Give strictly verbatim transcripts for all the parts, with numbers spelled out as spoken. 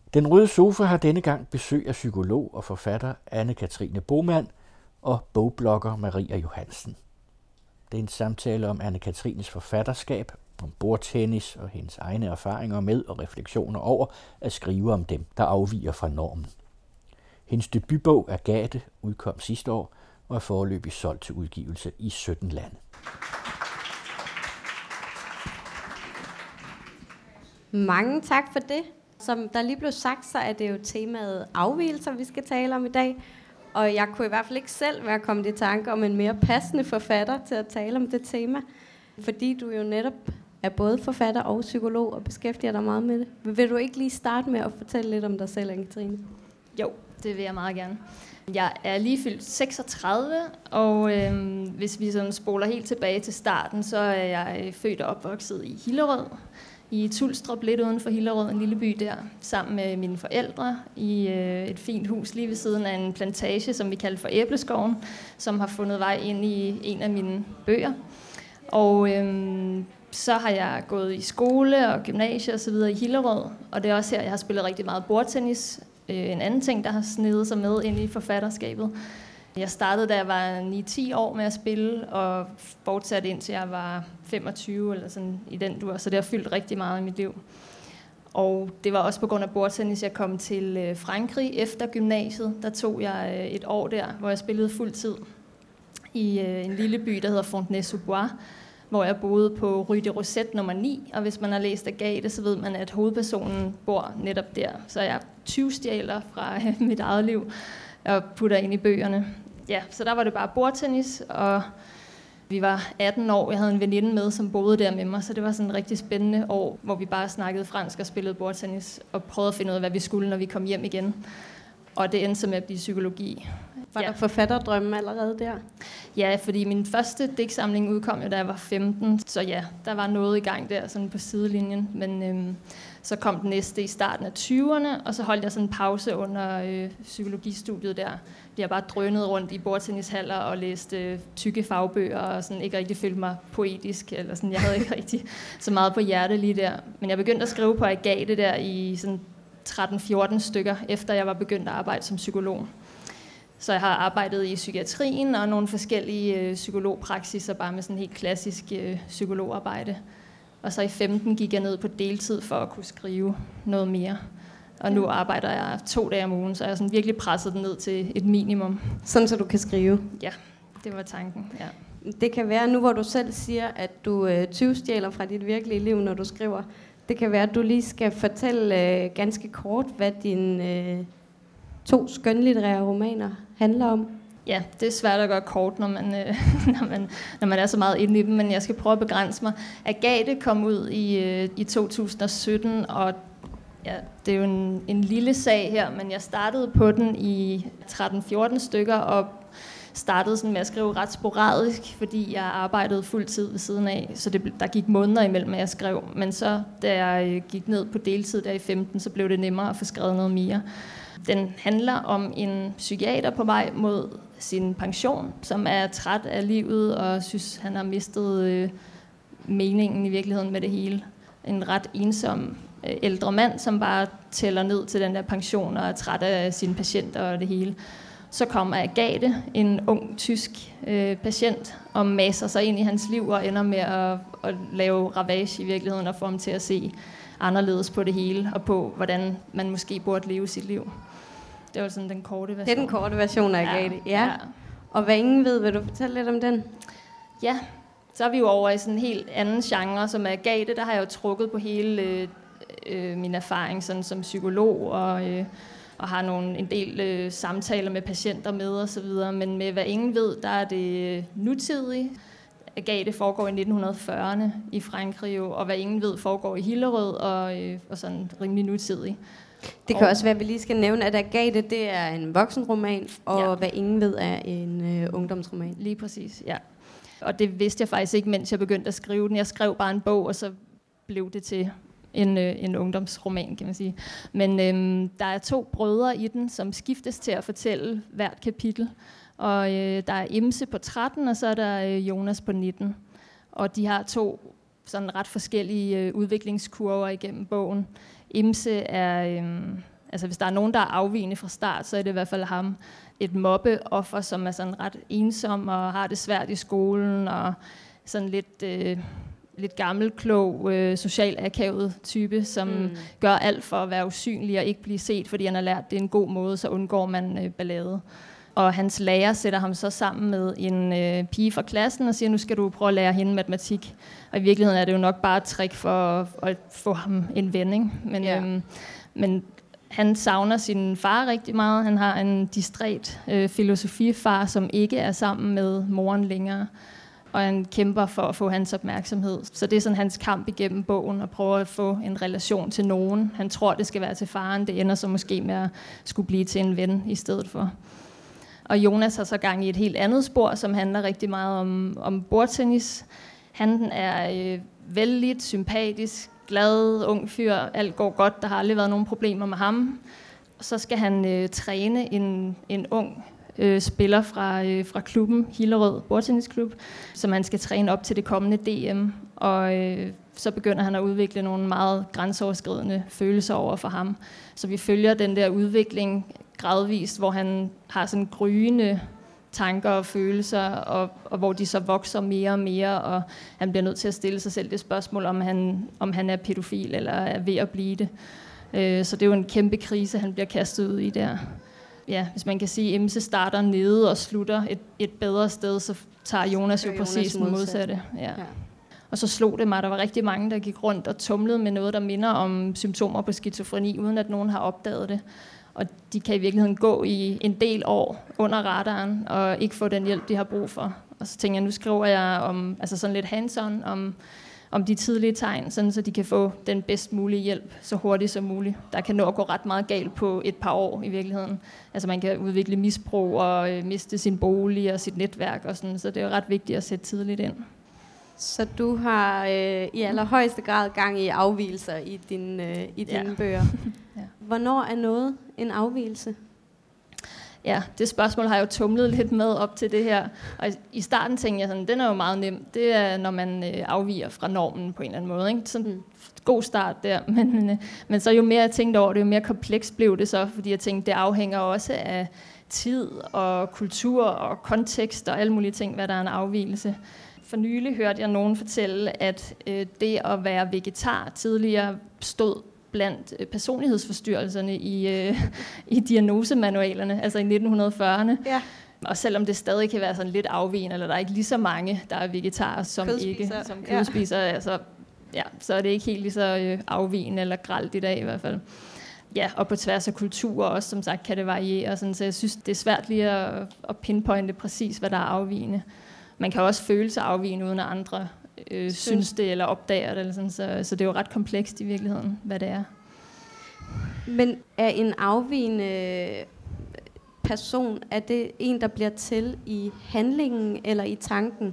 Den røde sofa har denne gang besøg af psykolog og forfatter Anne-Katrine Boman og bogblogger Maria Johansen. Det er en samtale om Anne-Katrines forfatterskab, om bordtennis og hendes egne erfaringer med og refleksioner over at skrive om dem, der afviger fra normen. Hendes debutbog Agathe udkom sidste år og er foreløbig solgt til udgivelse i sytten lande. Mange tak for det. Som der lige blev sagt, så er det jo temaet afvigelser, vi skal tale om i dag. Og jeg kunne i hvert fald ikke selv være kommet i tanke om en mere passende forfatter til at tale om det tema. Fordi du jo netop er både forfatter og psykolog og beskæftiger dig meget med det. Vil du ikke lige starte med at fortælle lidt om dig selv, Anne-Katrine? Jo, det vil jeg meget gerne. Jeg er lige fyldt seksogtredive, og øhm, hvis vi sådan spoler helt tilbage til starten, så er jeg født og opvokset i Hillerød. I Tulstrup, lidt uden for Hillerød, en lille by der, sammen med mine forældre, i øh, et fint hus lige ved siden af en plantage, som vi kalder for Æbleskoven, som har fundet vej ind i en af mine bøger. Og øhm, så har jeg gået i skole og gymnasie og så videre i Hillerød, og det er også her, jeg har spillet rigtig meget bordtennis. Øh, en anden ting, der har snedet sig med ind i forfatterskabet. Jeg startede, da jeg var ni ti år med at spille, og fortsatte indtil jeg var femogtyve, eller sådan i den dur, så det har fyldt rigtig meget i mit liv. Og det var også på grund af bordtennis, jeg kom til Frankrig efter gymnasiet. Der tog jeg et år der, hvor jeg spillede fuld tid i en lille by, der hedder Fontenay-sous-Bois, hvor jeg boede på Rue de Rosette nummer ni, og hvis man har læst Agathe, så ved man, at hovedpersonen bor netop der. Så jeg tyvstjæler fra mit eget liv og putter ind i bøgerne. Ja, så der var det bare bordtennis, og vi var atten år. Jeg havde en veninde med, som boede der med mig, så det var sådan et rigtig spændende år, hvor vi bare snakkede fransk og spillede bordtennis, og prøvede at finde ud af, hvad vi skulle, når vi kom hjem igen. Og det endte så med at blive psykologi. Var ja. der forfatterdrømme allerede der? Ja, fordi min første digtsamling udkom jo, da jeg var femten, så ja, der var noget i gang der, sådan på sidelinjen, men øhm, så kom den næste i starten af tyverne, og så holdt jeg sådan en pause under øh, psykologistudiet der. Jeg bare drønede rundt i bordtennishaller og læste øh, tykke fagbøger, og sådan ikke rigtig følte mig poetisk, eller sådan, jeg havde ikke rigtig så meget på hjerte lige der. Men jeg begyndte at skrive på Agathe der i sådan tretten fjorten stykker, efter jeg var begyndt at arbejde som psykolog. Så jeg har arbejdet i psykiatrien og nogle forskellige øh, psykologpraksiser, bare med sådan helt klassisk øh, psykologarbejde. Og så i femten gik jeg ned på deltid for at kunne skrive noget mere. Og nu arbejder jeg to dage om ugen, så jeg har sådan virkelig presset den ned til et minimum. Sådan så du kan skrive? Ja, det var tanken, ja. Det kan være, nu hvor du selv siger, at du øh, tyvstjæler fra dit virkelige liv, når du skriver. Det kan være, at du lige skal fortælle øh, ganske kort, hvad dine øh, to skønlitterære romaner handler om. Ja, det er svært at gøre kort, når man, øh, når man, når man er så meget inde i dem, men jeg skal prøve at begrænse mig. Agathe kom ud i, øh, i to tusind og sytten, og ja, det er jo en, en lille sag her, men jeg startede på den i tretten fjorten stykker, og startede sådan med at skrive ret sporadisk, fordi jeg arbejdede fuld tid ved siden af, så det, der gik måneder imellem, at jeg skrev. Men så, da jeg gik ned på deltid der i femten, så blev det nemmere at få skrevet noget mere. Den handler om en psykiater på vej mod sin pension, som er træt af livet og synes, han har mistet øh, meningen i virkeligheden med det hele. En ret ensom øh, ældre mand, som bare tæller ned til den der pension og er træt af sine patienter og det hele. Så kommer Agathe, en ung tysk øh, patient, og maser sig ind i hans liv og ender med at, at lave ravage i virkeligheden og få ham til at se anderledes på det hele og på, hvordan man måske burde leve sit liv. Det var sådan den korte version. Det er den korte version af Agathe, ja. ja. ja. Og hvad ingen ved, vil du fortælle lidt om den? Ja, så er vi jo over i sådan en helt anden genre, som er Agathe. Der har jeg jo trukket på hele øh, øh, min erfaring sådan, som psykolog og... Øh, og har nogle, en del øh, samtaler med patienter med og så videre, men med hvad ingen ved, der er det nutidigt. Agathe foregår i nitten fyrrerne i Frankrig, og hvad ingen ved foregår i Hillerød og, øh, og sådan rimelig nutidigt. Det kan og, også være, at vi lige skal nævne, at Agathe, det er en voksenroman, og ja. Hvad ingen ved er en øh, ungdomsroman. Lige præcis, ja. Og det vidste jeg faktisk ikke, mens jeg begyndte at skrive den. Jeg skrev bare en bog, og så blev det til en, øh, en ungdomsroman, kan man sige. Men øh, der er to brødre i den, som skiftes til at fortælle hvert kapitel. Og øh, der er Imse på tretten, og så er der øh, Jonas på nitten. Og de har to sådan ret forskellige øh, udviklingskurver igennem bogen. Imse er, øh, altså hvis der er nogen, der er afvigende fra start, så er det i hvert fald ham. Et mobbeoffer, som er sådan ret ensom og har det svært i skolen, og sådan lidt, øh, lidt gammelklog, øh, social akavet type, som mm. gør alt for at være usynlig og ikke blive set, fordi han har lært, at det er en god måde, så undgår man øh, ballade. Og hans lærer sætter ham så sammen med en øh, pige fra klassen og siger, nu skal du prøve at lære hende matematik. Og i virkeligheden er det jo nok bare et trick for at, at få ham en ven, ikke? Men, yeah. øhm, men han savner sin far rigtig meget. Han har en distræt øh, filosofifar, som ikke er sammen med moren længere. Og han kæmper for at få hans opmærksomhed. Så det er sådan hans kamp igennem bogen, at prøve at få en relation til nogen. Han tror, det skal være til faren. Det ender så måske med at skulle blive til en ven i stedet for. Og Jonas har så gang i et helt andet spor, som handler rigtig meget om, om bordtennis. Han er øh, vældig sympatisk, glad, ung fyr. Alt går godt, der har aldrig været nogen problemer med ham. Så skal han øh, træne en, en ung øh, spiller fra, øh, fra klubben, Hillerød Bordtennisklub, som han skal træne op til det kommende D M. Og øh, så begynder han at udvikle nogle meget grænseoverskridende følelser over for ham. Så vi følger den der udvikling gradvist, hvor han har sådan gryende tanker og følelser, og, og hvor de så vokser mere og mere, og han bliver nødt til at stille sig selv det spørgsmål, om han, om han er pædofil eller er ved at blive det. Øh, så det er jo en kæmpe krise, han bliver kastet ud i der. Ja, hvis man kan sige, at Emse starter nede og slutter et, et bedre sted, så tager Jonas jo præcis den modsatte. Ja. Ja. Og så slog det mig, at der var rigtig mange, der gik rundt og tumlede med noget, der minder om symptomer på skizofreni, uden at nogen har opdaget det. Og de kan i virkeligheden gå i en del år under radaren, og ikke få den hjælp, de har brug for. Og så tænker jeg, nu skriver jeg om, altså sådan lidt hands-on om, om de tidlige tegn, sådan så de kan få den bedst mulige hjælp så hurtigt som muligt. Der kan nå at gå ret meget galt på et par år i virkeligheden. Altså man kan udvikle misbrug og øh, miste sin bolig og sit netværk og sådan, så det er jo ret vigtigt at sætte tidligt ind. Så du har øh, i allerhøjeste grad gang i afvigelser i, din, øh, i dine ja. bøger. Ja. Hvornår er noget en afvigelse? Ja, det spørgsmål har jeg jo tumlet lidt med op til det her. Og i starten tænkte jeg sådan, den er jo meget nem. Det er, når man øh, afviger fra normen på en eller anden måde. Ikke? Sådan en god start der. Men, øh, men så jo mere jeg tænkte over det, jo mere komplekst blev det så. Fordi jeg tænkte, det afhænger også af tid og kultur og kontekst og alle mulige ting, hvad der er en afvigelse. For nylig hørte jeg nogen fortælle, at øh, det at være vegetar tidligere stod blandt øh, personlighedsforstyrrelserne i, øh, i diagnosemanualerne, altså i nitten fyrrerne. Ja. Og selvom det stadig kan være sådan lidt afvigende, eller der er ikke lige så mange, der er vegetarer, som ikke som kødspiser, ja. altså, ja, så er det ikke helt lige så øh, afvigende eller grelt i dag i hvert fald. Ja, og på tværs af kulturer også, som sagt, kan det variere. Sådan, så jeg synes, det er svært lige at, at pinpointe præcis, hvad der er afvigende. Man kan også føle sig afvigende, uden at andre øh, synes det eller opdager det. Eller sådan, så, så det er jo ret komplekst i virkeligheden, hvad det er. Men er en afvigende person, er det en, der bliver til i handlingen eller i tanken?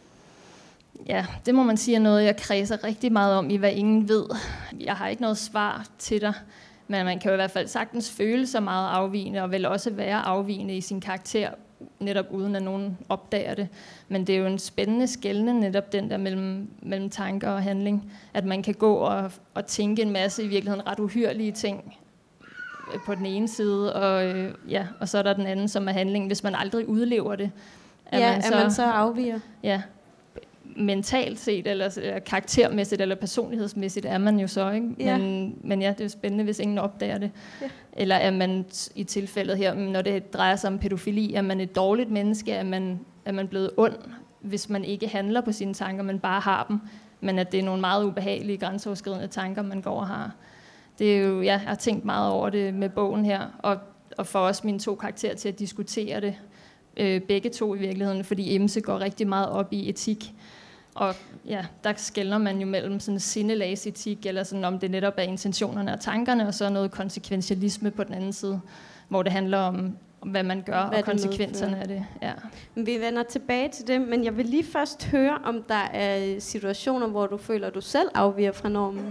Ja, det må man sige er noget, jeg kredser rigtig meget om i, hvad ingen ved. Jeg har ikke noget svar til dig, men man kan jo i hvert fald sagtens føle sig meget afvigende, og vel også være afvigende i sin karakter, netop uden at nogen opdager det. Men det er jo en spændende skelne, netop den der mellem, mellem tanker og handling. At man kan gå og, og tænke en masse i virkeligheden ret uhyrlige ting på den ene side, og, øh, ja, og så er der den anden, som er handling. Hvis man aldrig udlever det, er ja, man så, er man så afviger. Ja, mentalt set, eller, eller karaktermæssigt, eller personlighedsmæssigt er man jo så, ikke? Ja. Men, men ja, det er spændende, hvis ingen opdager det. Ja. Eller er man i tilfældet her, når det drejer sig om pædofili, er man et dårligt menneske, er man, er man blevet ond, hvis man ikke handler på sine tanker, men bare har dem, men at det er nogle meget ubehagelige, grænseoverskridende tanker, man går og har. Det er jo, ja, jeg har tænkt meget over det med bogen her, og, og for også mine to karakterer til at diskutere det, øh, begge to i virkeligheden, fordi Emse går rigtig meget op i etik. Og ja, der skelner man jo mellem sådan sindelagsetik, eller sådan, om det netop er intentionerne og tankerne, og så noget konsekventialisme på den anden side, hvor det handler om, om hvad man gør, hvad og konsekvenserne af det. Ja. Vi vender tilbage til det, men jeg vil lige først høre, om der er situationer, hvor du føler, at du selv afviger fra normen.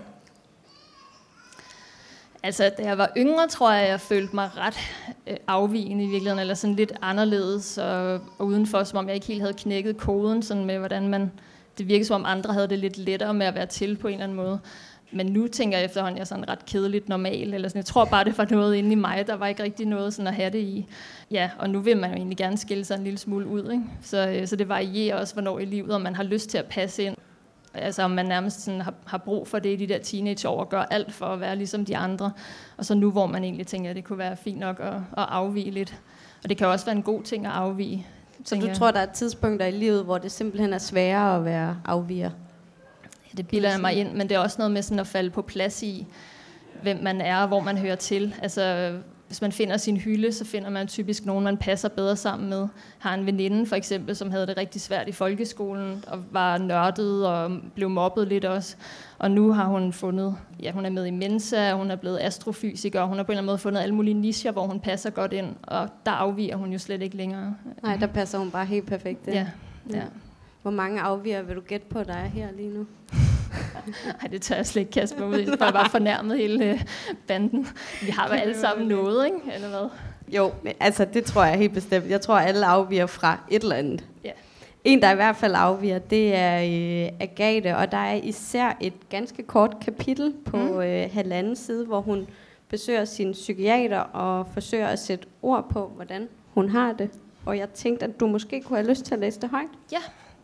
Altså, da jeg var yngre, tror jeg, jeg følte mig ret øh, afvigende i virkeligheden, eller sådan lidt anderledes og, og udenfor, som om jeg ikke helt havde knækket koden, sådan med hvordan man... Det virkede som om andre havde det lidt lettere med at være til på en eller anden måde. Men nu tænker jeg efterhånden, at jeg er sådan ret kedeligt normal. Eller sådan. Jeg tror bare, det var noget inde i mig. Der var ikke rigtig noget sådan at have det i. Ja, og nu vil man jo egentlig gerne skille sig en lille smule ud. Ikke? Så, så det varierer også, hvornår i livet, og man har lyst til at passe ind. Altså om man nærmest sådan har, har brug for det i de der teenageår, og gør alt for at være ligesom de andre. Og så nu, hvor man egentlig tænker, at det kunne være fint nok at, at afvige lidt. Og det kan også være en god ting at afvige. Så du tror, der er tidspunkter i livet, hvor det simpelthen er sværere at være afviger? Ja, det bilder jeg mig ind, men det er også noget med sådan at falde på plads i, hvem man er og hvor man hører til. Altså, hvis man finder sin hylde, så finder man typisk nogen, man passer bedre sammen med. Har en veninde for eksempel, som havde det rigtig svært i folkeskolen, og var nørdet og blev mobbet lidt også. Og nu har hun fundet, ja, hun er med i Mensa, hun er blevet astrofysiker, og hun har på en eller anden måde fundet alle mulige nicher, hvor hun passer godt ind, og der afviger hun jo slet ikke længere. Nej, der passer hun bare helt perfekt ind. Ja, ja. Hvor mange afviger vil du gætte på, der er her lige nu? Nej, det tør jeg slet ikke kaste mig ud i. Jeg er bare fornærmet hele øh, banden. Vi har vel alle sammen noget, ikke? Eller hvad? Jo, men altså det tror jeg helt bestemt. Jeg tror, alle afviger fra et eller andet. Ja. En, der i hvert fald afviger, det er øh, Agathe, og der er især et ganske kort kapitel på mm. øh, halvanden side, hvor hun besøger sin psykiater og forsøger at sætte ord på, hvordan hun har det. Og jeg tænkte, at du måske kunne have lyst til at læse det højt. Ja.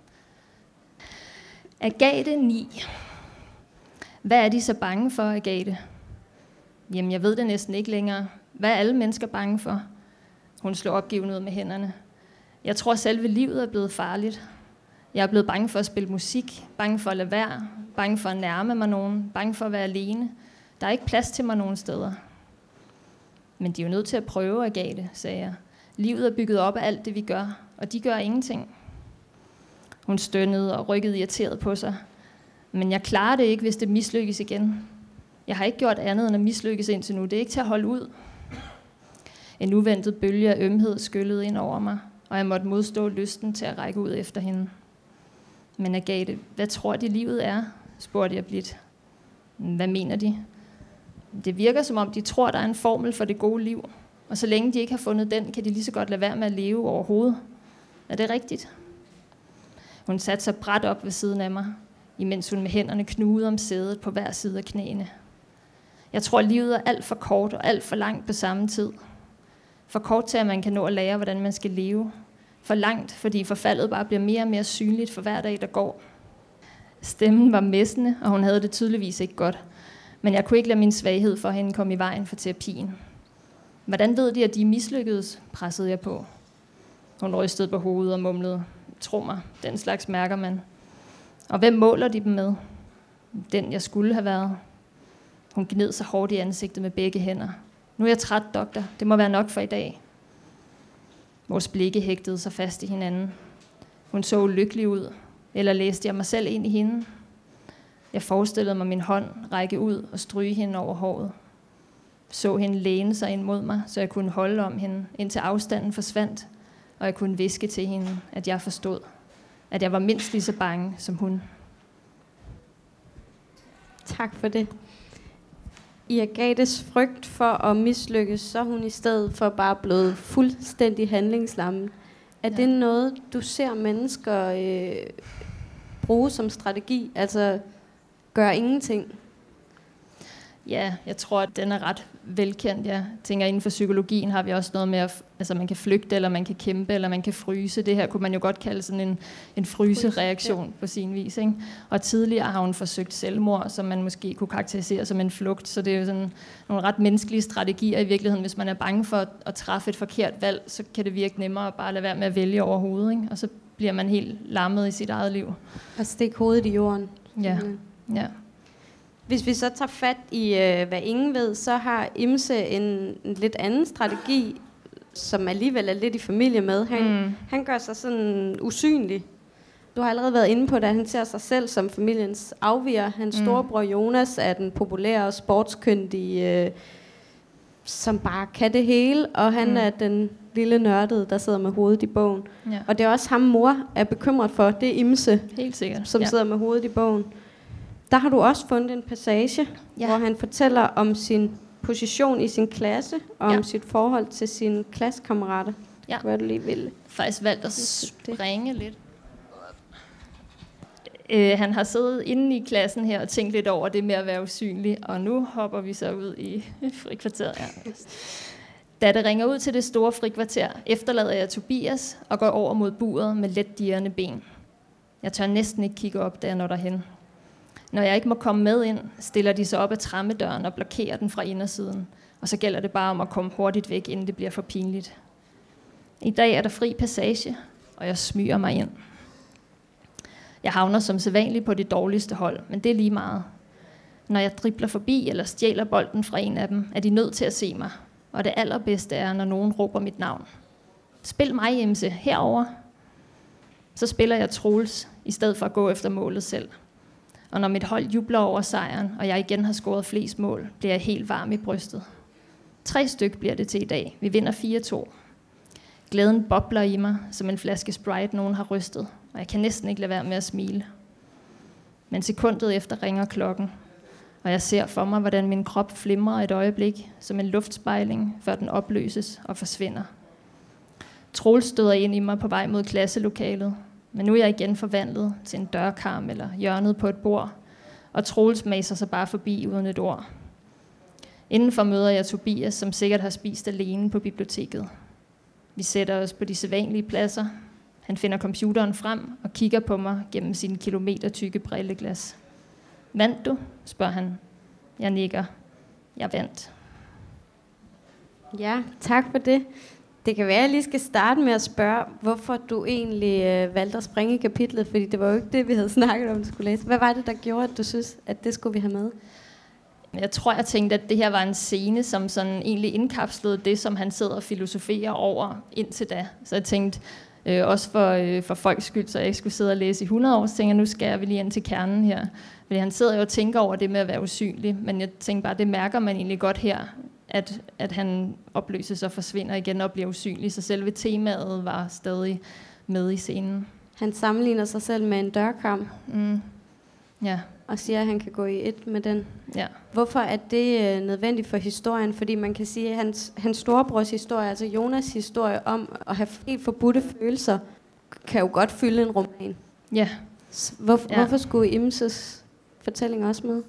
Agathe ni. Hvad er de så bange for, Agathe? Jamen, jeg ved det næsten ikke længere. Hvad er alle mennesker bange for? Hun slår opgivende ud med hænderne. Jeg tror, selve livet er blevet farligt. Jeg er blevet bange for at spille musik, bange for at lade være, bange for at nærme mig nogen, bange for at være alene. Der er ikke plads til mig nogen steder. Men de er jo nødt til at prøve, Agathe, sagde jeg. Livet er bygget op af alt det, vi gør, og de gør ingenting. Hun stønnede og rykkede irriteret på sig. Men jeg klarer det ikke, hvis det mislykkes igen. Jeg har ikke gjort andet end at mislykkes indtil nu. Det er ikke til at holde ud. En uventet bølge af ømhed skyllede ind over mig, og jeg måtte modstå lysten til at række ud efter hende. Men Agathe, hvad tror de livet er? Spurgte jeg blidt. Hvad mener de? Det virker som om, de tror, der er en formel for det gode liv. Og så længe de ikke har fundet den, kan de lige så godt lade være med at leve overhovedet. Er det rigtigt? Hun satte sig bræt op ved siden af mig, imens hun med hænderne knugede om sædet på hver side af knæene. Jeg tror, at livet er alt for kort og alt for langt på samme tid. For kort til, at man kan nå at lære, hvordan man skal leve. For langt, fordi forfaldet bare bliver mere og mere synligt for hver dag, der går. Stemmen var messende, og hun havde det tydeligvis ikke godt. Men jeg kunne ikke lade min svaghed for hende komme i vejen for terapien. Hvordan ved de, at de mislykkedes, pressede jeg på. Hun rystede på hovedet og mumlede. Tro mig, den slags mærker man. Og hvem måler de dem med? Den, jeg skulle have været. Hun gned sig hårdt i ansigtet med begge hænder. Nu er jeg træt, doktor. Det må være nok for i dag. Vores blikke hægtede sig fast i hinanden. Hun så ulykkelig ud. Eller læste jeg mig selv ind i hende? Jeg forestillede mig min hånd række ud og stryge hende over håret. Så hende læne sig ind mod mig, så jeg kunne holde om hende, indtil afstanden forsvandt, og jeg kunne hviske til hende, at jeg forstod, at jeg var mindst lige så bange som hun. Tak for det. I Agathes frygt for at mislykkes, så er hun i stedet for bare blevet fuldstændig handlingslammet. Er ja. det noget, du ser mennesker øh, bruge som strategi? Altså gøre ingenting? Ja, jeg tror, at den er ret velkendt. Jeg tænker, inden for psykologien har vi også noget med, at altså, man kan flygte, eller man kan kæmpe, eller man kan fryse. Det her kunne man jo godt kalde sådan en, en frysereaktion ja. på sin vis. Ikke? Og tidligere har hun forsøgt selvmord, som man måske kunne karakterisere som en flugt. Så det er jo sådan nogle ret menneskelige strategier i virkeligheden. Hvis man er bange for at, at træffe et forkert valg, så kan det virke nemmere at bare lade være med at vælge overhovedet. Ikke? Og så bliver man helt lammet i sit eget liv. Og stikke hovedet i jorden. Ja, ja. Hvis vi så tager fat i, øh, hvad ingen ved, så har Imse en, en lidt anden strategi, som alligevel er lidt i familie med. Han, mm. han gør sig sådan usynlig. Du har allerede været inde på det, han ser sig selv som familiens afviger. Hans mm. storebror Jonas er den populære og sportskyndige, øh, som bare kan det hele, og han mm. er den lille nørdede, der sidder med hovedet i bogen. Ja. Og det er også ham, mor er bekymret for. Det er Imse, helt sikkert, som ja. sidder med hovedet i bogen. Der har du også fundet en passage, ja. hvor han fortæller om sin position i sin klasse, og ja. om sit forhold til sine klassekammerater. Ja. Hvad du lige vil. Faktisk valgt at springe lidt. Øh, han har siddet inde i klassen her og tænkt lidt over det med at være usynlig, og nu hopper vi så ud i frikvarteret. Ja. Da det ringer ud til det store frikvarter, efterlader jeg Tobias og går over mod buret med let dirrende ben. Jeg tør næsten ikke kigge op, da jeg når derhen. Når jeg ikke må komme med ind, stiller de sig op ad trammedøren og blokerer den fra indersiden, og så gælder det bare om at komme hurtigt væk, inden det bliver for pinligt. I dag er der fri passage, og jeg smyger mig ind. Jeg havner som sædvanligt på det dårligste hold, men det er lige meget. Når jeg dribler forbi eller stjæler bolden fra en af dem, er de nødt til at se mig. Og det allerbedste er, når nogen råber mit navn. Spil mig, Imse, herover. Så spiller jeg Troels, i stedet for at gå efter målet selv. Og når mit hold jubler over sejren, og jeg igen har scoret flest mål, bliver jeg helt varm i brystet. Tre styk bliver det til i dag. Vi vinder fire to. Glæden bobler i mig, som en flaske Sprite, nogen har rystet, og jeg kan næsten ikke lade være med at smile. Men sekundet efter ringer klokken, og jeg ser for mig, hvordan min krop flimrer et øjeblik, som en luftspejling, før den opløses og forsvinder. Troels støder ind i mig på vej mod klasselokalet, men nu er jeg igen forvandlet til en dørkarm eller hjørnet på et bord, og Troels maser sig bare forbi uden et ord. Indenfor møder jeg Tobias, som sikkert har spist alene på biblioteket. Vi sætter os på de sædvanlige pladser. Han finder computeren frem og kigger på mig gennem sine kilometertykke brilleglas. Vandt du? Spørger han. Jeg nikker. Jeg vandt. Ja, tak for det. Det kan være, at jeg lige skal starte med at spørge, hvorfor du egentlig øh, valgte at springe i kapitlet, fordi det var jo ikke det, vi havde snakket om, du skulle læse. Hvad var det, der gjorde, at du synes, at det skulle vi have med? Jeg tror, jeg tænkte, at det her var en scene, som sådan egentlig indkapslede det, som han sidder og filosoferer over indtil da. Så jeg tænkte, øh, også for, øh, for folks skyld, så jeg ikke skulle sidde og læse i hundrede år, så tænkte jeg, nu skal jeg lige ind til kernen her. Fordi han sidder jo og tænker over det med at være usynlig, men jeg tænkte bare, det mærker man egentlig godt her, at, at han opløses og forsvinder igen og bliver usynlig, så selve temaet var stadig med i scenen. Han sammenligner sig selv med en dørkarm. Mm. Ja. Og siger, at han kan gå i et med den. Ja. Hvorfor er det øh, nødvendigt for historien? Fordi man kan sige, at hans, hans storebrors historie, altså Jonas' historie om at have helt forbudte følelser, kan jo godt fylde en roman. Ja. Hvor, ja. Hvorfor skulle Imses fortælling også med?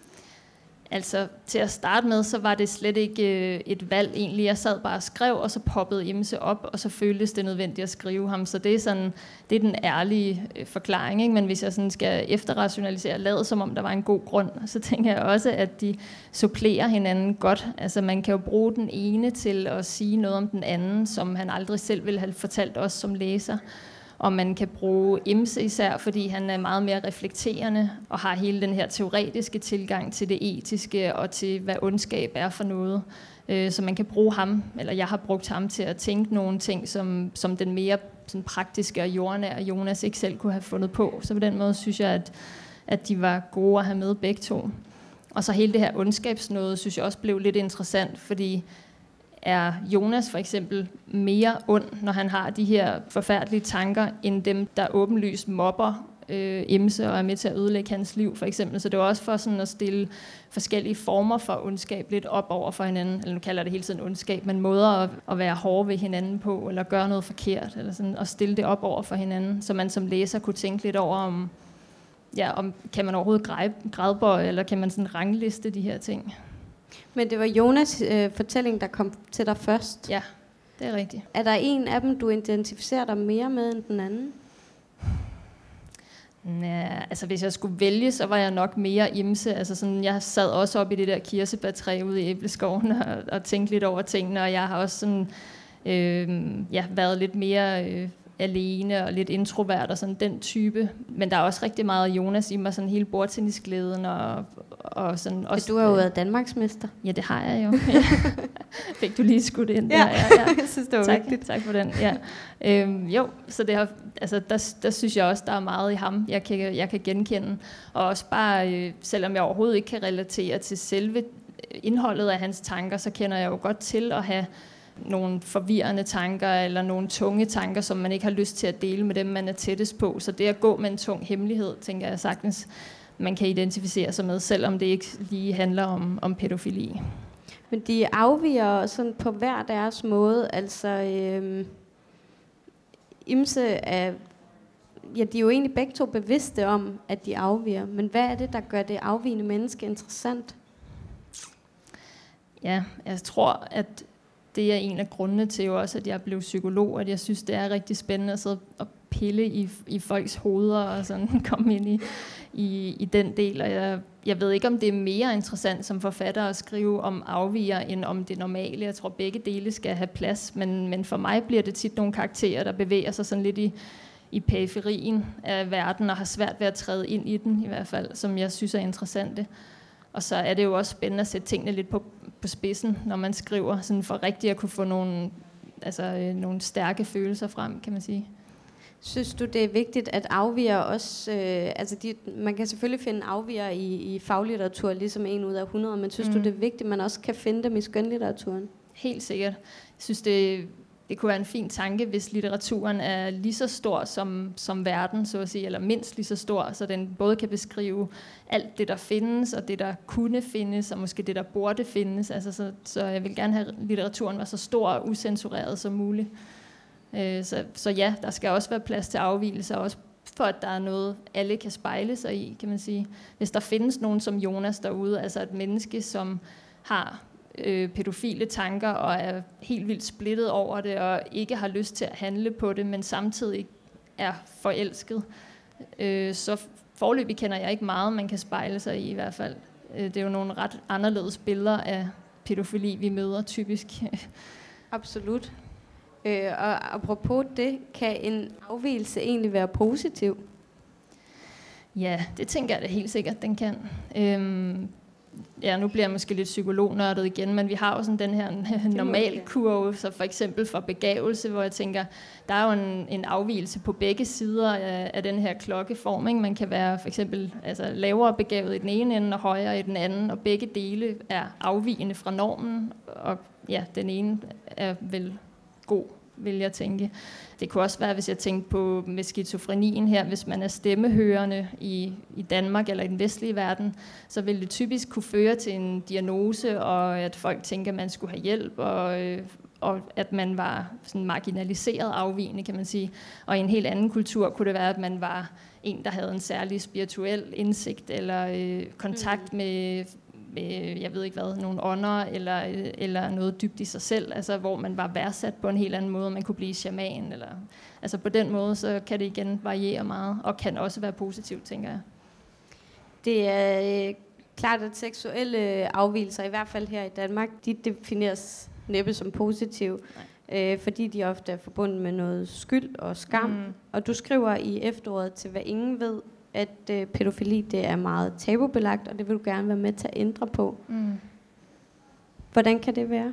Altså, til at starte med, så var det slet ikke øh, et valg egentlig. Jeg sad bare og skrev, og så poppede Imse op, og så føltes det nødvendigt at skrive ham. Så det er, sådan, det er den ærlige øh, forklaring, ikke? Men hvis jeg sådan skal efterrationalisere og lade, som om der var en god grund, så tænker jeg også, at de supplerer hinanden godt. Altså, man kan jo bruge den ene til at sige noget om den anden, som han aldrig selv ville have fortalt os som læser. Og man kan bruge Imse især, fordi han er meget mere reflekterende og har hele den her teoretiske tilgang til det etiske og til, hvad ondskab er for noget. Så man kan bruge ham, eller jeg har brugt ham til at tænke nogle ting, som, som den mere sådan praktiske og jordnære Jonas ikke selv kunne have fundet på. Så på den måde synes jeg, at, at de var gode at have med begge to. Og så hele det her ondskabsnåde, synes jeg også blev lidt interessant, fordi er Jonas for eksempel mere ond, når han har de her forfærdelige tanker, end dem, der åbenlyst mobber øh, Imse og er med til at ødelægge hans liv, for eksempel. Så det var også for sådan at stille forskellige former for ondskab lidt op over for hinanden. Eller nu kalder det hele tiden ondskab, men måder at, at være hårde ved hinanden på, eller gøre noget forkert, eller sådan at stille det op over for hinanden, så man som læser kunne tænke lidt over, om, ja, om kan man overhovedet grædbøje, eller kan man sådan rangliste de her ting. Men det var Jonas' øh, fortælling, der kom til dig først. Ja, det er rigtigt. Er der en af dem, du identificerer dig mere med end den anden? Ja, altså hvis jeg skulle vælge, så var jeg nok mere Imse. Altså sådan, jeg sad også op i det der kirsebærtræ ude i æbleskoven og, og tænkte lidt over tingene, og jeg har også sådan, øh, ja, været lidt mere øh, alene og lidt introvert og sådan den type. Men der er også rigtig meget Jonas i mig, sådan hele bordtennisglæden og, og sådan også. Du har jo været danmarksmester. Ja, det har jeg jo. Fik du lige skudt ind der? Ja, ja, ja. jeg synes, det var tak, vigtigt. Tak for den, ja. Øhm, jo, så det har, altså, der, der synes jeg også, der er meget i ham, jeg kan, jeg kan genkende. Og også bare, øh, selvom jeg overhovedet ikke kan relatere til selve indholdet af hans tanker, så kender jeg jo godt til at have nogle forvirrende tanker, eller nogle tunge tanker, som man ikke har lyst til at dele med dem, man er tættest på. Så det at gå med en tung hemmelighed, tænker jeg sagtens, man kan identificere sig med, selvom det ikke lige handler om, om pædofili. Men de afviger sådan på hver deres måde. Altså, øhm, Imse er ja, de er jo egentlig begge to bevidste om, at de afviger. Men hvad er det, der gør det afvigende menneske interessant? Ja, jeg tror, at det er en af grundene til jo også, at jeg blev psykolog, at jeg synes, det er rigtig spændende at sidde og pille i, i folks hoveder og sådan komme ind i, i, i den del. Og jeg, jeg ved ikke, om det er mere interessant som forfatter at skrive om afviger, end om det normale. Jeg tror, begge dele skal have plads, men, men for mig bliver det tit nogle karakterer, der bevæger sig sådan lidt i, i periferien af verden, og har svært ved at træde ind i den, i hvert fald, som jeg synes er interessante. Og så er det jo også spændende at sætte tingene lidt på, på spidsen, når man skriver, sådan for rigtig at kunne få nogle, altså, øh, nogle stærke følelser frem, kan man sige. Synes du, det er vigtigt, at afviger også... Øh, altså de, man kan selvfølgelig finde afviger i, i faglitteratur, ligesom en ud af hundrede, men synes mm. du, det er vigtigt, at man også kan finde dem i skønlitteraturen? Helt sikkert. Jeg synes, det, det kunne være en fin tanke, hvis litteraturen er lige så stor som, som verden, så at sige, eller mindst lige så stor, så den både kan beskrive alt det, der findes, og det, der kunne findes, og måske det, der burde findes. Altså, så, så jeg vil gerne have, at litteraturen var så stor og usensureret som muligt. Så, så ja, der skal også være plads til afvigelser, også for at der er noget, alle kan spejle sig i, kan man sige. Hvis der findes nogen som Jonas derude, altså et menneske, som har øh, pædofile tanker og er helt vildt splittet over det, og ikke har lyst til at handle på det, men samtidig er forelsket, øh, så foreløbig kender jeg ikke meget, man kan spejle sig i i hvert fald. Det er jo nogle ret anderledes billeder af pædofili, vi møder typisk. Absolut. Øh, og apropos det, kan en afvigelse egentlig være positiv? Ja, det tænker jeg da helt sikkert, den kan. Øhm, ja, nu bliver jeg måske lidt psykolognørdet igen, men vi har jo sådan den her normal kurve, så for eksempel for begavelse, hvor jeg tænker, der er jo en, en afvigelse på begge sider af, af den her klokkeform, ikke? Man kan være for eksempel altså, lavere begavet i den ene ende og højere i den anden, og begge dele er afvigende fra normen, og ja, den ene er vel god, vil jeg tænke. Det kunne også være, hvis jeg tænkte på med skizofrenien her, hvis man er stemmehørende i, i Danmark eller i den vestlige verden, så vil det typisk kunne føre til en diagnose, og at folk tænker, at man skulle have hjælp, og, øh, og at man var sådan marginaliseret afvigende, kan man sige. Og i en helt anden kultur kunne det være, at man var en, der havde en særlig spirituel indsigt, eller øh, kontakt mm. med med, jeg ved ikke hvad, nogle ånder, eller, eller noget dybt i sig selv, altså hvor man var værdsat på en helt anden måde, man kunne blive shaman, eller, altså på den måde, så kan det igen variere meget, og kan også være positivt, tænker jeg. Det er øh, klart, at seksuelle afvigelser, i hvert fald her i Danmark, de defineres næppe som positive, øh, fordi de ofte er forbundet med noget skyld og skam, mm. og du skriver i efteråret til Hvad ingen ved, at øh, pædofili, det er meget tabubelagt, og det vil du gerne være med til at ændre på. Mm. Hvordan kan det være?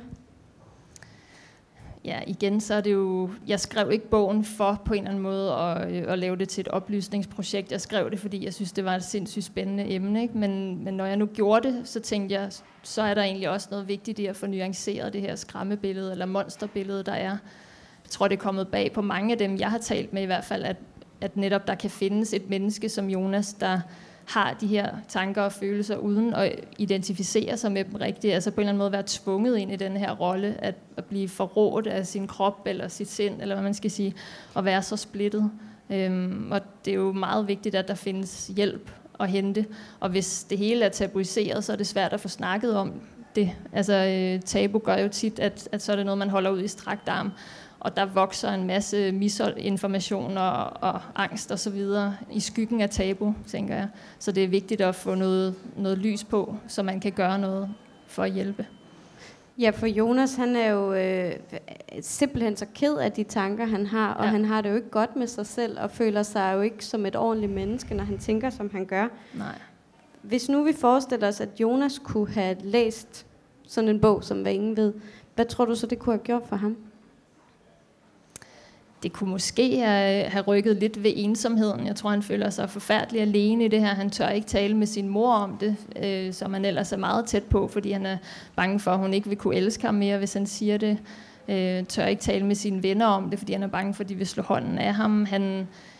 Ja, igen, så er det jo... Jeg skrev ikke bogen for på en eller anden måde at, øh, at lave det til et oplysningsprojekt. Jeg skrev det, fordi jeg synes, det var et sindssygt spændende emne. Ikke? Men, men når jeg nu gjorde det, så tænkte jeg, så er der egentlig også noget vigtigt i at få nuanceret det her skræmmebillede, eller monsterbillede, der er. Jeg tror, det er kommet bag på mange af dem, jeg har talt med i hvert fald, at at netop der kan findes et menneske som Jonas, der har de her tanker og følelser, uden at identificere sig med dem rigtigt, altså på en eller anden måde være tvunget ind i den her rolle, at, at blive forrådt af sin krop, eller sit sind, eller hvad man skal sige, og være så splittet. Øhm, og det er jo meget vigtigt, at der findes hjælp at hente, og hvis det hele er tabuiseret, så er det svært at få snakket om det. Altså øh, tabu gør jo tit, at, at så er det noget, man holder ud i strakt arm, og der vokser en masse misinformation og, og angst og så videre i skyggen af tabu, tænker jeg. Så det er vigtigt at få noget, noget lys på, så man kan gøre noget for at hjælpe. Ja, for Jonas, han er jo øh, simpelthen så ked af de tanker, han har, og ja. Han har det jo ikke godt med sig selv, og føler sig jo ikke som et ordentligt menneske, når han tænker, som han gør. Nej. Hvis nu vi forestiller os, at Jonas kunne have læst sådan en bog, som Hvad ingen ved, hvad tror du så, det kunne have gjort for ham? Det kunne måske have rykket lidt ved ensomheden. Jeg tror, han føler sig forfærdelig alene i det her. Han tør ikke tale med sin mor om det, øh, som han ellers er meget tæt på, fordi han er bange for, at hun ikke vil kunne elske ham mere, hvis han siger det. Øh, tør ikke tale med sine venner om det, fordi han er bange for, at de vil slå hånden af ham. Han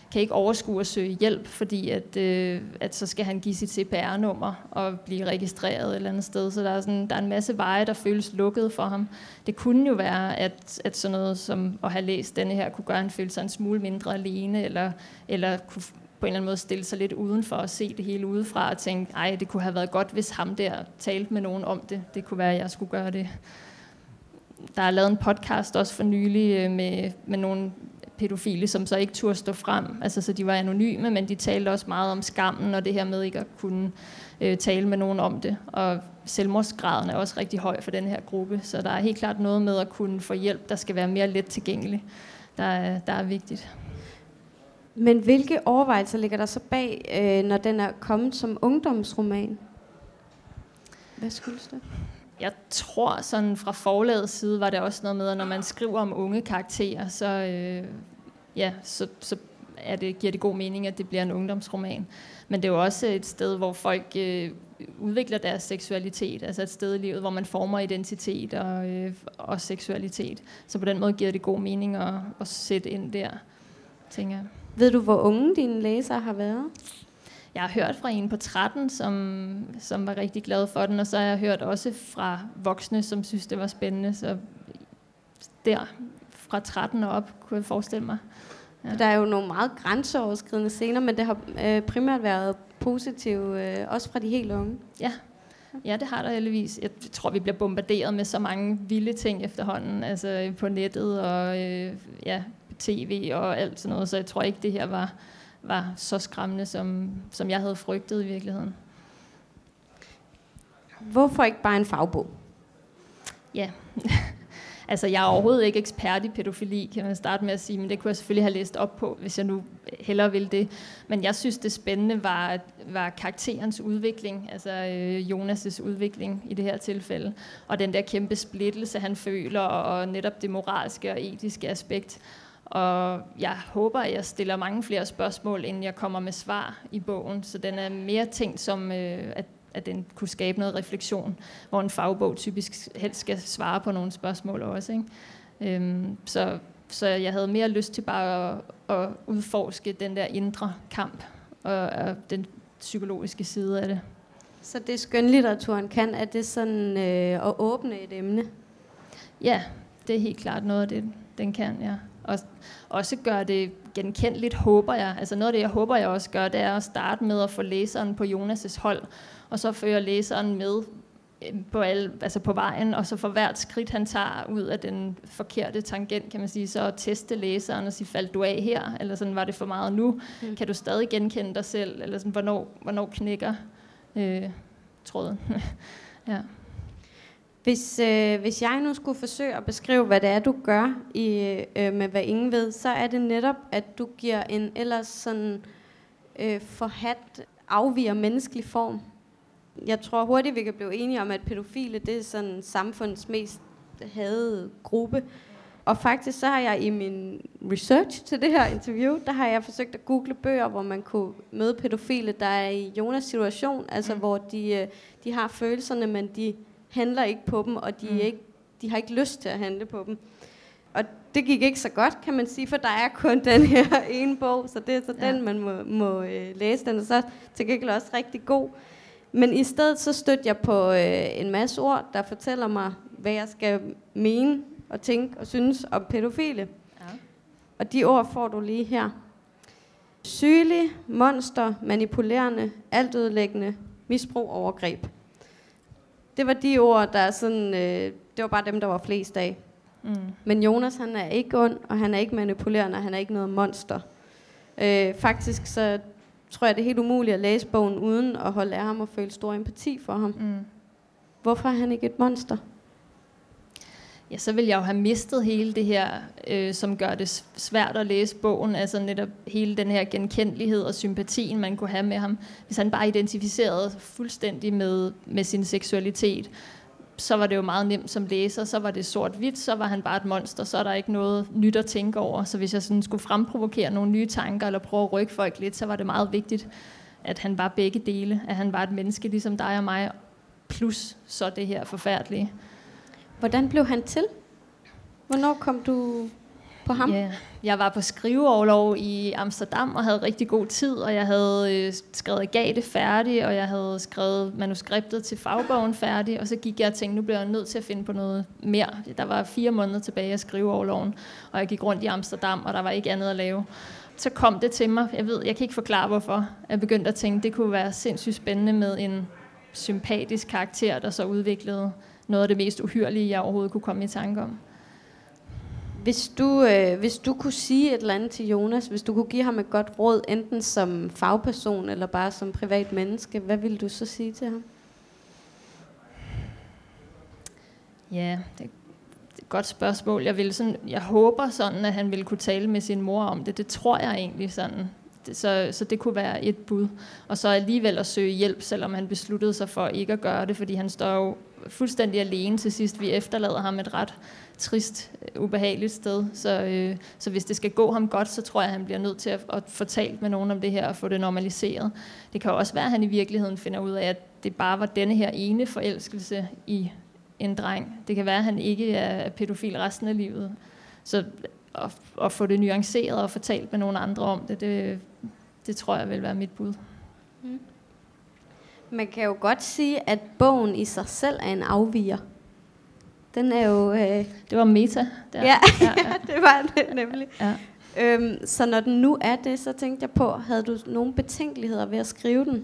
kan ikke overskue at søge hjælp, fordi at, øh, at så skal han give sit C P R-nummer og blive registreret et eller andet sted. Så der er, sådan, der er en masse veje, der føles lukket for ham. Det kunne jo være, at, at sådan noget som at have læst denne her, kunne gøre, at han følte sig en smule mindre alene, eller, eller kunne på en eller anden måde stille sig lidt udenfor og se det hele udefra og tænke, ej, det kunne have været godt, hvis ham der talte med nogen om det. Det kunne være, at jeg skulle gøre det. Der er lavet en podcast også for nylig med, med nogle pædofile, som så ikke turde stå frem. Altså, så de var anonyme, men de talte også meget om skammen og det her med ikke at kunne øh, tale med nogen om det. Og selvmordsgraden er også rigtig høj for den her gruppe, så der er helt klart noget med at kunne få hjælp, der skal være mere let tilgængelig, der er, der er vigtigt. Men hvilke overvejelser ligger der så bag, øh, når den er kommet som ungdomsroman? Hvad skyldes det? Jeg tror, sådan fra forlagets side var det også noget med, at når man skriver om unge karakterer, så, øh, ja, så, så er det, giver det god mening, at det bliver en ungdomsroman. Men det er jo også et sted, hvor folk øh, udvikler deres seksualitet, altså et sted i livet, hvor man former identitet og, øh, og seksualitet. Så på den måde giver det god mening at, at sætte ind der, tænker jeg. Ved du, hvor unge dine læsere har været? Jeg har hørt fra en på tretten, som, som var rigtig glad for den, og så har jeg hørt også fra voksne, som synes, det var spændende. Så der, fra tretten og op, kunne jeg forestille mig. Ja. Der er jo nogle meget grænseoverskridende scener, men det har øh, primært været positivt, øh, også fra de helt unge. Ja. Ja, det har der heldigvis. Jeg tror, vi bliver bombarderet med så mange vilde ting efterhånden, altså på nettet og øh, ja, tv og alt sådan noget, så jeg tror ikke, det her var... var så skræmmende, som, som jeg havde frygtet i virkeligheden. Hvorfor ikke bare en fagbog? Ja, altså jeg er overhovedet ikke ekspert i pædofili, kan man starte med at sige, men det kunne jeg selvfølgelig have læst op på, hvis jeg nu hellere ville det. Men jeg synes, det spændende var, var karakterens udvikling, altså øh, Jonas' udvikling i det her tilfælde, og den der kæmpe splittelse, han føler, og netop det moralske og etiske aspekt. Og jeg håber, at jeg stiller mange flere spørgsmål, inden jeg kommer med svar i bogen. Så den er mere tænkt som, øh, at, at den kunne skabe noget refleksion, hvor en fagbog typisk helst skal svare på nogle spørgsmål også. Ikke? Øhm, så, så jeg havde mere lyst til bare at, at udforske den der indre kamp og, og den psykologiske side af det. Så det skønlitteraturen kan, er det sådan øh, at åbne et emne? Ja, det er helt klart noget af det, den kan, ja. Og også gør det genkendeligt, håber jeg. Altså noget af det, jeg håber, jeg også gør, det er at starte med at få læseren på Jonas' hold, og så føre læseren med på, alle, altså på vejen, og så for hvert skridt, han tager ud af den forkerte tangent, kan man sige, så at teste læseren og sige, faldt du af her, eller sådan, var det for meget nu? Mm. Kan du stadig genkende dig selv? Eller sådan, hvornår, hvornår knækker øh, tråden? Ja. Hvis, øh, hvis jeg nu skulle forsøge at beskrive, hvad det er, du gør i, øh, med Hvad ingen ved, så er det netop, at du giver en ellers sådan øh, forhat, afviger menneskelig form. Jeg tror hurtigt, vi kan blive enige om, at pædofile, det er sådan samfundets mest hadede gruppe. Og faktisk så har jeg i min research til det her interview, der har jeg forsøgt at google bøger, hvor man kunne møde pædofile, der er i Jonas' situation, altså mm. hvor de, de har følelserne, men de handler ikke på dem, og de, mm. ikke, de har ikke lyst til at handle på dem. Og det gik ikke så godt, kan man sige, for der er kun den her ene bog, så det er så ja. den, man må, må øh, læse. Den er så til gengæld også rigtig god. Men i stedet så stødte jeg på øh, en masse ord, der fortæller mig, hvad jeg skal mene og tænke og synes om pædofile. Ja. Og de ord får du lige her. Sygelig, monster, manipulerende, altødelæggende, misbrug, overgreb. Det var de ord, der er sådan, øh, det var bare dem, der var flest af. Mm. Men Jonas, han er ikke ond, og han er ikke manipulerende, og han er ikke noget monster. Øh, faktisk så tror jeg, det er helt umuligt at læse bogen, uden at holde af ham og føle stor empati for ham. Mm. Hvorfor er han ikke et monster? Ja, så vil jeg jo have mistet hele det her, øh, som gør det svært at læse bogen, altså netop hele den her genkendelighed og sympatien, man kunne have med ham. Hvis han bare identificerede fuldstændig med, med sin seksualitet, så var det jo meget nemt som læser, så var det sort-hvidt, så var han bare et monster, så er der ikke noget nyt at tænke over. Så hvis jeg sådan skulle fremprovokere nogle nye tanker, eller prøve at rykke folk lidt, så var det meget vigtigt, at han var begge dele, at han var et menneske ligesom dig og mig, plus så det her forfærdelige. Hvordan blev han til? Hvornår kom du på ham? Ja, jeg var på skriveoverlov i Amsterdam og havde rigtig god tid, og jeg havde øh, skrevet Agathe færdig, og jeg havde skrevet manuskriptet til fagbogen færdig, og så gik jeg og tænkte, nu bliver jeg nødt til at finde på noget mere. Der var fire måneder tilbage af skriveoverloven, og jeg gik rundt i Amsterdam, og der var ikke andet at lave. Så kom det til mig, jeg ved, jeg kan ikke forklare hvorfor. Jeg begyndte at tænke, det kunne være sindssygt spændende med en sympatisk karakter, der så udviklede noget af det mest uhyrlige, jeg overhovedet kunne komme i tanke om. Hvis du, øh, hvis du kunne sige et eller andet til Jonas, hvis du kunne give ham et godt råd, enten som fagperson eller bare som privat menneske, hvad ville du så sige til ham? Ja, det er et godt spørgsmål. Jeg, ville sådan, jeg håber sådan, at han ville kunne tale med sin mor om det. Det tror jeg egentlig sådan. Det, så, så det kunne være et bud. Og så alligevel at søge hjælp, selvom han besluttede sig for ikke at gøre det, fordi han står jo fuldstændig alene til sidst. Vi efterlader ham et ret trist, ubehageligt sted. Så, øh, så hvis det skal gå ham godt, så tror jeg, at han bliver nødt til at, at få talt med nogen om det her og få det normaliseret. Det kan også være, at han i virkeligheden finder ud af, at det bare var denne her ene forelskelse i en dreng. Det kan være, at han ikke er pædofil resten af livet. Så at, at få det nuanceret og få talt med nogen andre om det, det, det tror jeg vil være mit bud. Mm. Man kan jo godt sige, at bogen i sig selv er en afviger. Den er jo... Øh... Det var meta. Der. Ja, ja, ja, det var det nemlig. Ja. Øhm, så når den nu er det, så tænkte jeg på, havde du nogle betænkeligheder ved at skrive den?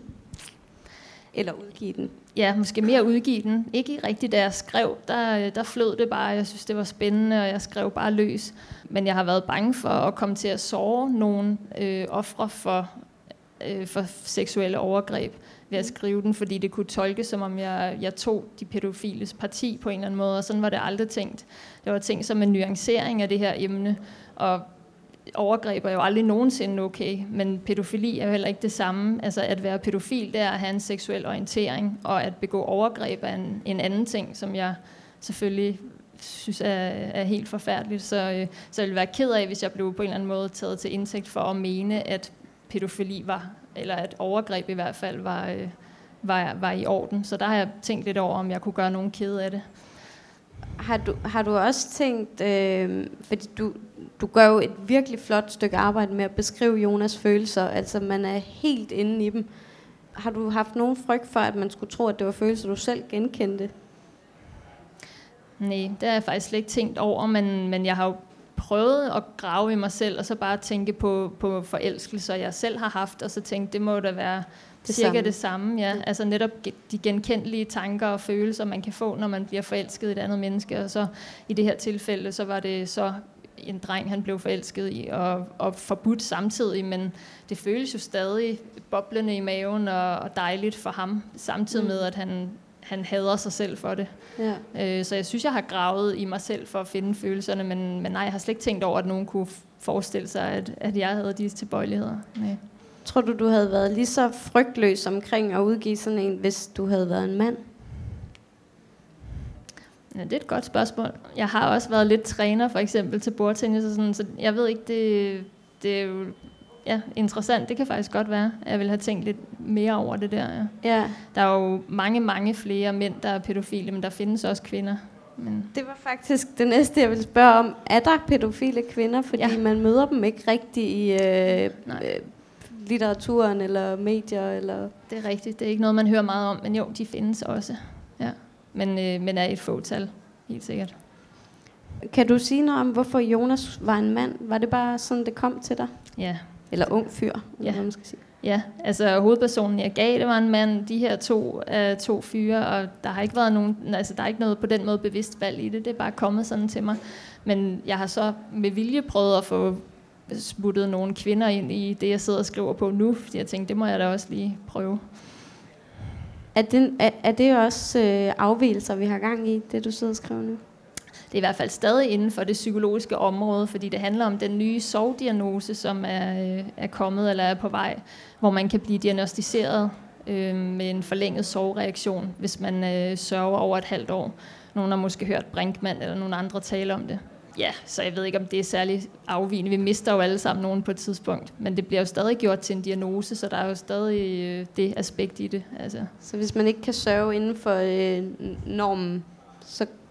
Eller udgive den? Ja, måske mere udgive den. Ikke rigtigt, da jeg skrev, der, der flød det bare. Jeg synes, det var spændende, og jeg skrev bare løs. Men jeg har været bange for at komme til at såre nogle øh, ofre for, øh, for seksuelle overgreb ved at skrive den, fordi det kunne tolkes, som om jeg, jeg tog de pædofiles parti på en eller anden måde, og sådan var det aldrig tænkt. Det var tænkt som en nuancering af det her emne, og overgreb er jo aldrig nogensinde okay, men pædofili er jo heller ikke det samme. Altså at være pædofil, det er at have en seksuel orientering, og at begå overgreb er en, en anden ting, som jeg selvfølgelig synes er, er helt forfærdeligt. Så, øh, så jeg ville være ked af, hvis jeg blev på en eller anden måde taget til indtægt for at mene, at pædofili var, eller at overgreb i hvert fald var, øh, var, var i orden. Så der har jeg tænkt lidt over, om jeg kunne gøre nogen kede af det. Har du, har du også tænkt, øh, fordi du, du gør jo et virkelig flot stykke arbejde med at beskrive Jonas' følelser, altså man er helt inde i dem. Har du haft nogen frygt for, at man skulle tro, at det var følelser, du selv genkendte? Nej, det har jeg faktisk slet ikke tænkt over, men, men jeg har jo prøvet at grave i mig selv, og så bare tænke på, på forelskelser, jeg selv har haft, og så tænke, det må da være det cirka samme. det samme. Ja. Altså netop de genkendelige tanker og følelser, man kan få, når man bliver forelsket i et andet menneske, og så i det her tilfælde, så var det så en dreng, han blev forelsket i, og, og forbudt samtidig, men det føles jo stadig boblende i maven og, og dejligt for ham, samtidig med, at han han hader sig selv for det. Ja. Øh, så jeg synes, jeg har gravet i mig selv for at finde følelserne, men, men nej, jeg har slet ikke tænkt over, at nogen kunne forestille sig, at, at jeg havde de tilbøjeligheder. Nej. Tror du, du havde været lige så frygtløs omkring at udgive sådan en, hvis du havde været en mand? Ja, det er et godt spørgsmål. Jeg har også været lidt træner, for eksempel, til bordtennis og sådan, så jeg ved ikke, det, det er jo ja, interessant. Det kan faktisk godt være. Jeg vil have tænkt lidt mere over det der. Ja. Ja. Der er jo mange, mange flere mænd, der er pædofile, men der findes også kvinder. Men det var faktisk det næste, jeg ville spørge om. Er der pædofile kvinder? Fordi ja. man møder dem ikke rigtig i øh, øh, litteraturen eller medier. Eller det er rigtigt. Det er ikke noget, man hører meget om, men jo, de findes også. Ja. Men, øh, men er et fåtal, helt sikkert. Kan du sige noget om, hvorfor Jonas var en mand? Var det bare sådan, det kom til dig? Ja. Eller ung fyr, eller ja. hvad man skal sige. Ja, altså hovedpersonen jeg gav, det var en mand. De her to er to fyre, og der har ikke været nogen, altså der er ikke noget på den måde bevidst valg i det. Det er bare kommet sådan til mig. Men jeg har så med vilje prøvet at få smuttet nogle kvinder ind i det, jeg sidder og skriver på nu, fordi jeg tænkte, det må jeg da også lige prøve. Er det, er, er det også øh, afvigelser, vi har gang i, det du sidder og skriver nu? Det er i hvert fald stadig inden for det psykologiske område, fordi det handler om den nye sovdiagnose, som er, er kommet eller er på vej, hvor man kan blive diagnostiseret øh, med en forlænget sovereaktion, hvis man øh, sørger over et halvt år. Nogen har måske hørt Brinkmann eller nogle andre tale om det. Ja, så jeg ved ikke, om det er særlig afvigende. Vi mister jo alle sammen nogen på et tidspunkt, men det bliver jo stadig gjort til en diagnose, så der er jo stadig øh, det aspekt i det. Altså. Så hvis man ikke kan sørge inden for øh, normen, så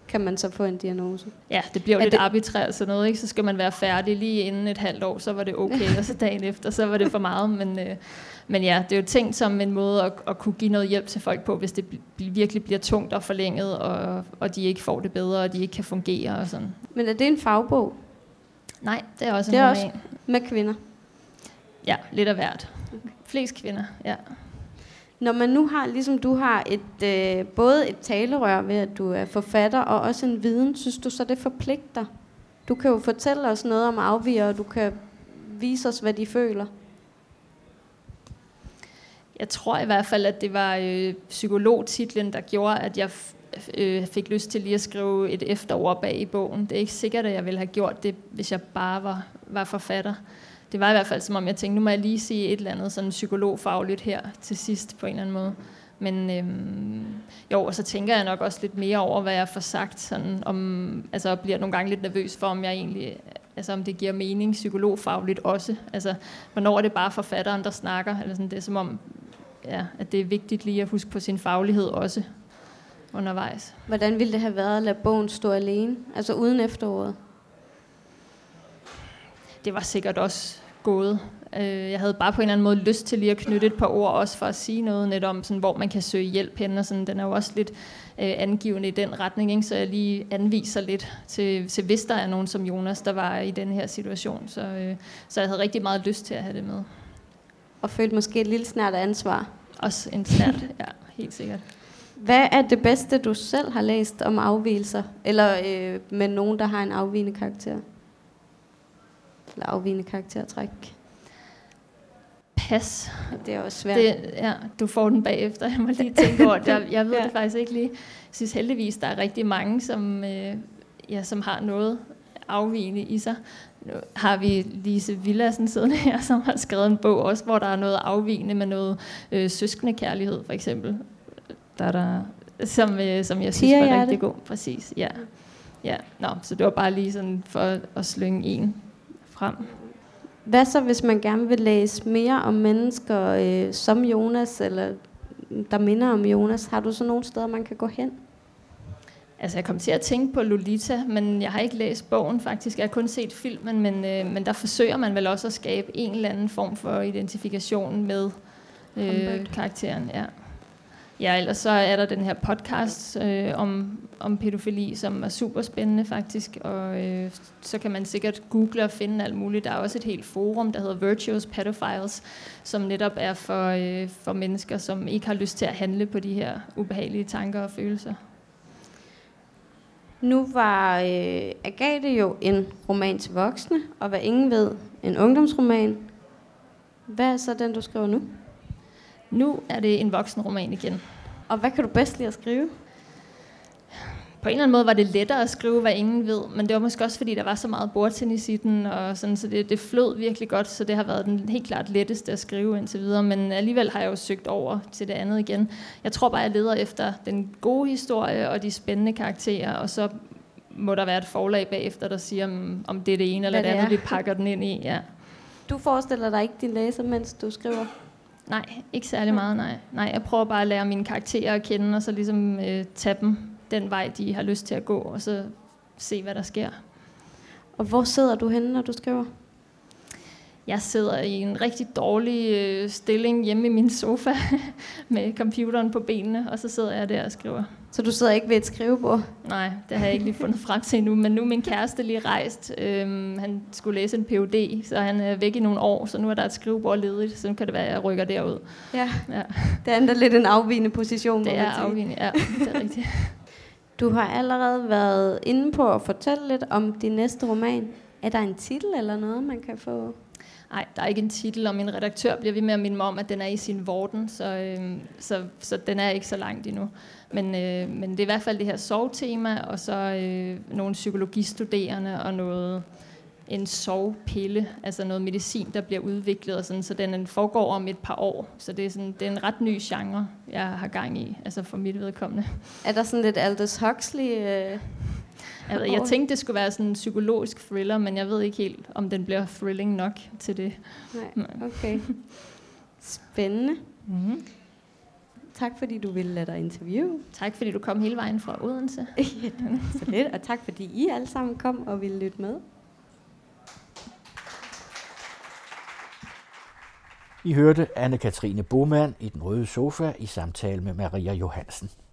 kan man så få en diagnose. Ja, det bliver jo er lidt det... arbitrært sådan noget, ikke? Så skal man være færdig lige inden et halvt år, så var det okay, og så dagen efter, så var det for meget. Men, øh, men ja, det er jo tænkt som en måde at, at kunne give noget hjælp til folk på, hvis det bl- virkelig bliver tungt og forlænget, og, og de ikke får det bedre, og de ikke kan fungere og sådan. Men er det en fagbog? Nej, det er også det en er roman. også med kvinder? Ja, lidt af hvert. Okay. Flest kvinder, ja. Når man nu har, ligesom du har et, øh, både et talerør ved, at du er forfatter, og også en viden, synes du så, det forpligter? Du kan jo fortælle os noget om afvigere, og du kan vise os, hvad de føler. Jeg tror i hvert fald, at det var øh, psykologtitlen, der gjorde, at jeg f- øh, fik lyst til lige at skrive et efterord bag i bogen. Det er ikke sikkert, at jeg ville have gjort det, hvis jeg bare var, var forfatter. Det var i hvert fald, som om jeg tænkte, nu må jeg lige sige et eller andet sådan psykologfagligt her til sidst på en eller anden måde. Men øhm, jo, og så tænker jeg nok også lidt mere over, hvad jeg får sagt. Sådan om, altså jeg bliver nogle gange lidt nervøs for, om jeg egentlig, altså om det giver mening psykologfagligt også. Altså, hvornår er det bare forfatteren, der snakker? Eller sådan, det er som om, ja, at det er vigtigt lige at huske på sin faglighed også undervejs. Hvordan ville det have været at lade bogen stå alene? Altså uden efteråret? Det var sikkert også gået. Jeg havde bare på en eller anden måde lyst til lige at knytte et par ord også for at sige noget net om, sådan, hvor man kan søge hjælp hen. Og sådan. Den er jo også lidt øh, angivende i den retning, ikke? Så jeg lige anviser lidt til, til, hvis der er nogen som Jonas, der var i den her situation. Så, øh, så jeg havde rigtig meget lyst til at have det med. Og følte måske et lille snært af ansvar. Også en snært, ja, helt sikkert. Hvad er det bedste, du selv har læst om afvigelser? Eller øh, med nogen, der har en afvigende karakter? Eller afvigende karaktertræk? Pas. Det er også svært. Det, ja, du får den bagefter. Jeg må lige tænke over det. Jeg, jeg ved ja. det faktisk ikke lige. Jeg synes heldigvis, der er rigtig mange, som, øh, ja, som har noget afvigende i sig. Nu har vi Lise Villadsen siddende her, som har skrevet en bog også, hvor der er noget afvigende med noget øh, søskende kærlighed, for eksempel. Der er der, som, øh, som jeg synes var rigtig det. god. Præcis, ja. ja. Nå, så det var bare lige sådan for at slynge en frem. Hvad så, hvis man gerne vil læse mere om mennesker øh, som Jonas, eller der minder om Jonas? Har du så nogle steder, man kan gå hen? Altså, jeg kom til at tænke på Lolita, men jeg har ikke læst bogen faktisk. Jeg har kun set filmen, men, øh, men der forsøger man vel også at skabe en eller anden form for identifikation med øh, karakteren. Ja. Ja, ellers så er der den her podcast øh, om, om pædofili, som er super spændende faktisk, og øh, så kan man sikkert google og finde alt muligt. Der er også et helt forum, der hedder Virtuous Pedophiles, som netop er for, øh, for mennesker, som ikke har lyst til at handle på de her ubehagelige tanker og følelser. Nu var øh, Agathe jo en roman til voksne, og hvad ingen ved, en ungdomsroman. Hvad er så den, du skriver nu? Nu er det en voksenroman igen. Og hvad kan du bedst lide at skrive? På en eller anden måde var det lettere at skrive, hvad ingen ved, men det var måske også, fordi der var så meget bordtennis i den, og sådan, så det, det flød virkelig godt, så det har været den helt klart letteste at skrive indtil videre, men alligevel har jeg jo søgt over til det andet igen. Jeg tror bare, jeg leder efter den gode historie og de spændende karakterer, og så må der være et forlag bagefter, der siger, om, om det er det ene eller det, det andet, vi pakker den ind i. Ja. Du forestiller dig ikke din læser, mens du skriver? Nej, ikke særlig meget, nej. Nej, jeg prøver bare at lære mine karakterer at kende, og så ligesom øh, tage dem den vej, de har lyst til at gå, og så se, hvad der sker. Og hvor sidder du henne, når du skriver? Jeg sidder i en rigtig dårlig øh, stilling hjemme i min sofa med computeren på benene, og så sidder jeg der og skriver. Så du sidder ikke ved et skrivebord? Nej, det har jeg ikke lige fundet frem til endnu, men nu er min kæreste lige rejst. Øhm, han skulle læse en P H D, så han er væk i nogle år, så nu er der et skrivebord ledigt, så nu kan det være, at jeg rykker derud. Ja, ja. Det er endda lidt en afvigende position. Det er afvigende, ja, det er rigtigt. Du har allerede været inde på at fortælle lidt om din næste roman. Er der en titel eller noget, man kan få? Nej, der er ikke en titel, og min redaktør bliver ved med at minde mig om, at den er i sin vorden, så, øh, så, så den er ikke så langt endnu. Men, øh, men det er i hvert fald det her sorgtema, og så øh, nogle psykologistuderende og noget, en sovepille, altså noget medicin, der bliver udviklet, og sådan, så den foregår om et par år. Så det er, sådan, det er en ret ny genre, jeg har gang i, altså for mit vedkommende. Er der sådan lidt Aldous Huxley? Øh Jeg, ved, jeg tænkte, det skulle være sådan en psykologisk thriller, men jeg ved ikke helt, om den bliver thrilling nok til det. Nej, okay. Spændende. Mm-hmm. Tak fordi du ville lade dig interviewe. Tak fordi du kom hele vejen fra Odense. Ja, så lidt. Og tak fordi I alle sammen kom og ville lytte med. I hørte Anne-Katrine Boman i Den Røde Sofa i samtale med Maria Johansen.